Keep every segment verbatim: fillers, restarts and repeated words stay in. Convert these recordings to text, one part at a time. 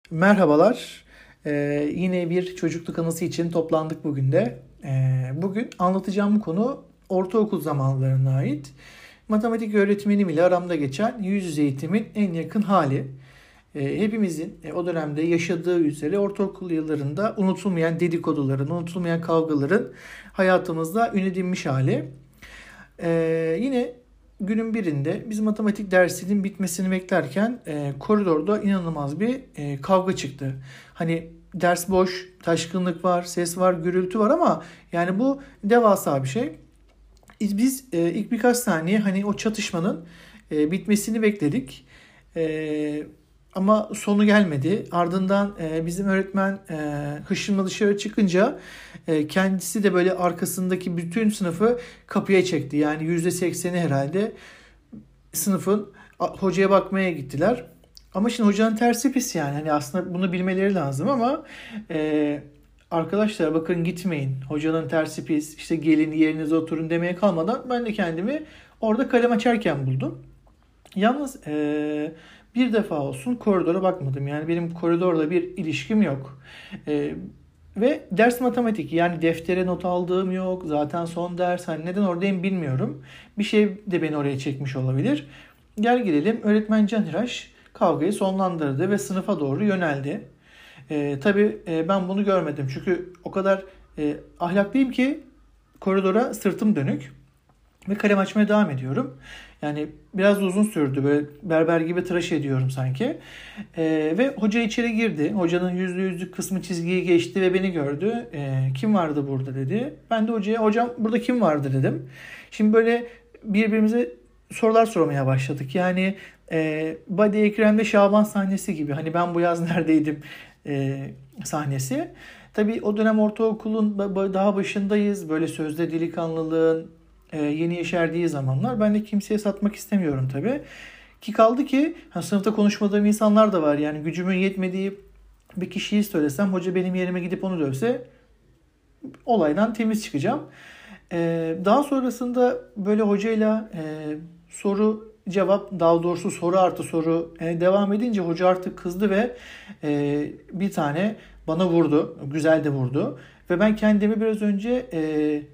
Merhabalar. Ee, yine bir çocukluk anısı için toplandık bugün de. Ee, bugün anlatacağım konu ortaokul zamanlarına ait. Matematik öğretmenim ile aramda geçen yüz yüze eğitimin en yakın hali. Ee, hepimizin e, o dönemde yaşadığı üzere ortaokul yıllarında unutulmayan dedikoduların, unutulmayan kavgaların hayatımızda ün edinmiş hali. Ee, yine günün birinde biz matematik dersinin bitmesini beklerken e, koridorda inanılmaz bir e, kavga çıktı. Hani ders boş, taşkınlık var, ses var, gürültü var ama yani bu devasa bir şey. Biz e, ilk birkaç saniye hani o çatışmanın e, bitmesini bekledik. E, Ama sonu gelmedi. Ardından e, bizim öğretmen e, hışımla dışarı çıkınca e, kendisi de böyle arkasındaki bütün sınıfı kapıya çekti. Yani yüzde sekseni herhalde sınıfın hocaya bakmaya gittiler. Ama şimdi hocanın tersi pis yani. Hani aslında bunu bilmeleri lazım ama e, arkadaşlar bakın gitmeyin. Hocanın tersi pis. İşte gelin yerinize oturun demeye kalmadan ben de kendimi orada kalem açarken buldum. Yalnız e, bir defa olsun koridora bakmadım. Yani benim koridorla bir ilişkim yok. E, Ve ders matematik, yani deftere not aldığım yok. Zaten son ders, hani neden oradayım bilmiyorum. Bir şey de beni oraya çekmiş olabilir. Gel gelelim öğretmen Canhiraş kavgayı sonlandırdı ve sınıfa doğru yöneldi. E, tabii e, ben bunu görmedim. Çünkü o kadar e, ahlaklıyım ki koridora sırtım dönük. Ve kalem açmaya devam ediyorum. Yani biraz da uzun sürdü. Böyle berber gibi tıraş ediyorum sanki. Ee, ve hoca içeri girdi. Hocanın yüzde yüzlük kısmı çizgiyi geçti ve beni gördü. Ee, kim vardı burada dedi. Ben de hocaya hocam burada kim vardı dedim. Şimdi böyle birbirimize sorular sormaya başladık. Yani e, Badi Ekrem'de Şaban sahnesi gibi. Hani ben bu yaz neredeydim e, sahnesi. Tabii o dönem ortaokulun daha başındayız. Böyle sözde delikanlılığın e, yeni yeşerdiği zamanlar. Ben de kimseye satmak istemiyorum tabii. Ki kaldı ki ha, sınıfta konuşmadığım insanlar da var. Yani gücümün yetmediği bir kişiyi söylesem hoca benim yerime gidip onu dövse olaydan temiz çıkacağım. E, daha sonrasında böyle hocayla e, soru cevap, daha doğrusu soru artı soru e, devam edince hoca artık kızdı ve e, bir tane bana vurdu. Güzel de vurdu. Ve ben kendimi biraz önce e,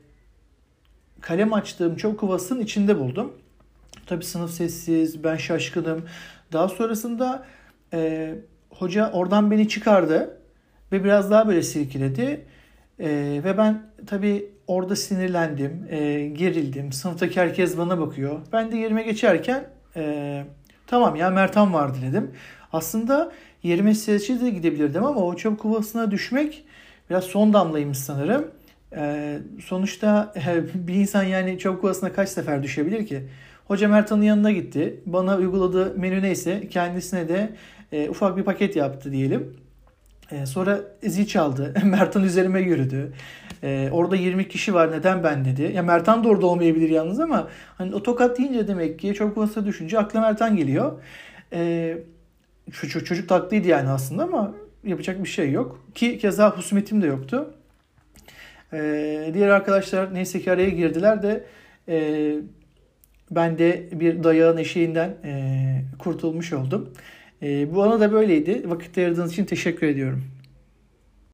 kalem açtığım çok kuvasının içinde buldum. Tabii sınıf sessiz, ben şaşkınım. Daha sonrasında e, hoca oradan beni çıkardı ve biraz daha böyle silkeledi. E, ve ben tabii orada sinirlendim, e, gerildim. Sınıftaki herkes bana bakıyor. Ben de yerime geçerken e, tamam ya Mertan vardı dedim. Aslında yerime sessiz de gidebilirdim ama o çöp kovasına düşmek biraz son damlaymış sanırım. Ee, sonuçta e, bir insan yani çöp kovasına kaç sefer düşebilir ki? Hoca Mertan'ın yanına gitti. Bana uyguladığı menü neyse kendisine de e, ufak bir paket yaptı diyelim. E, sonra zil çaldı. Mertan üzerime yürüdü. E, orada yirmi kişi var neden ben dedi. Ya Mertan da orada olmayabilir yalnız ama hani o tokat deyince demek ki çöp kovasına düşünce akla Mertan geliyor. E, çocuk, çocuk taklıydı yani aslında ama yapacak bir şey yok. Ki keza husumetim de yoktu. Ee, diğer arkadaşlar neyse ki araya girdiler de e, ben de bir dayağın eşiğinden e, kurtulmuş oldum. E, bu ana da böyleydi. Vakit ayırdığınız için teşekkür ediyorum.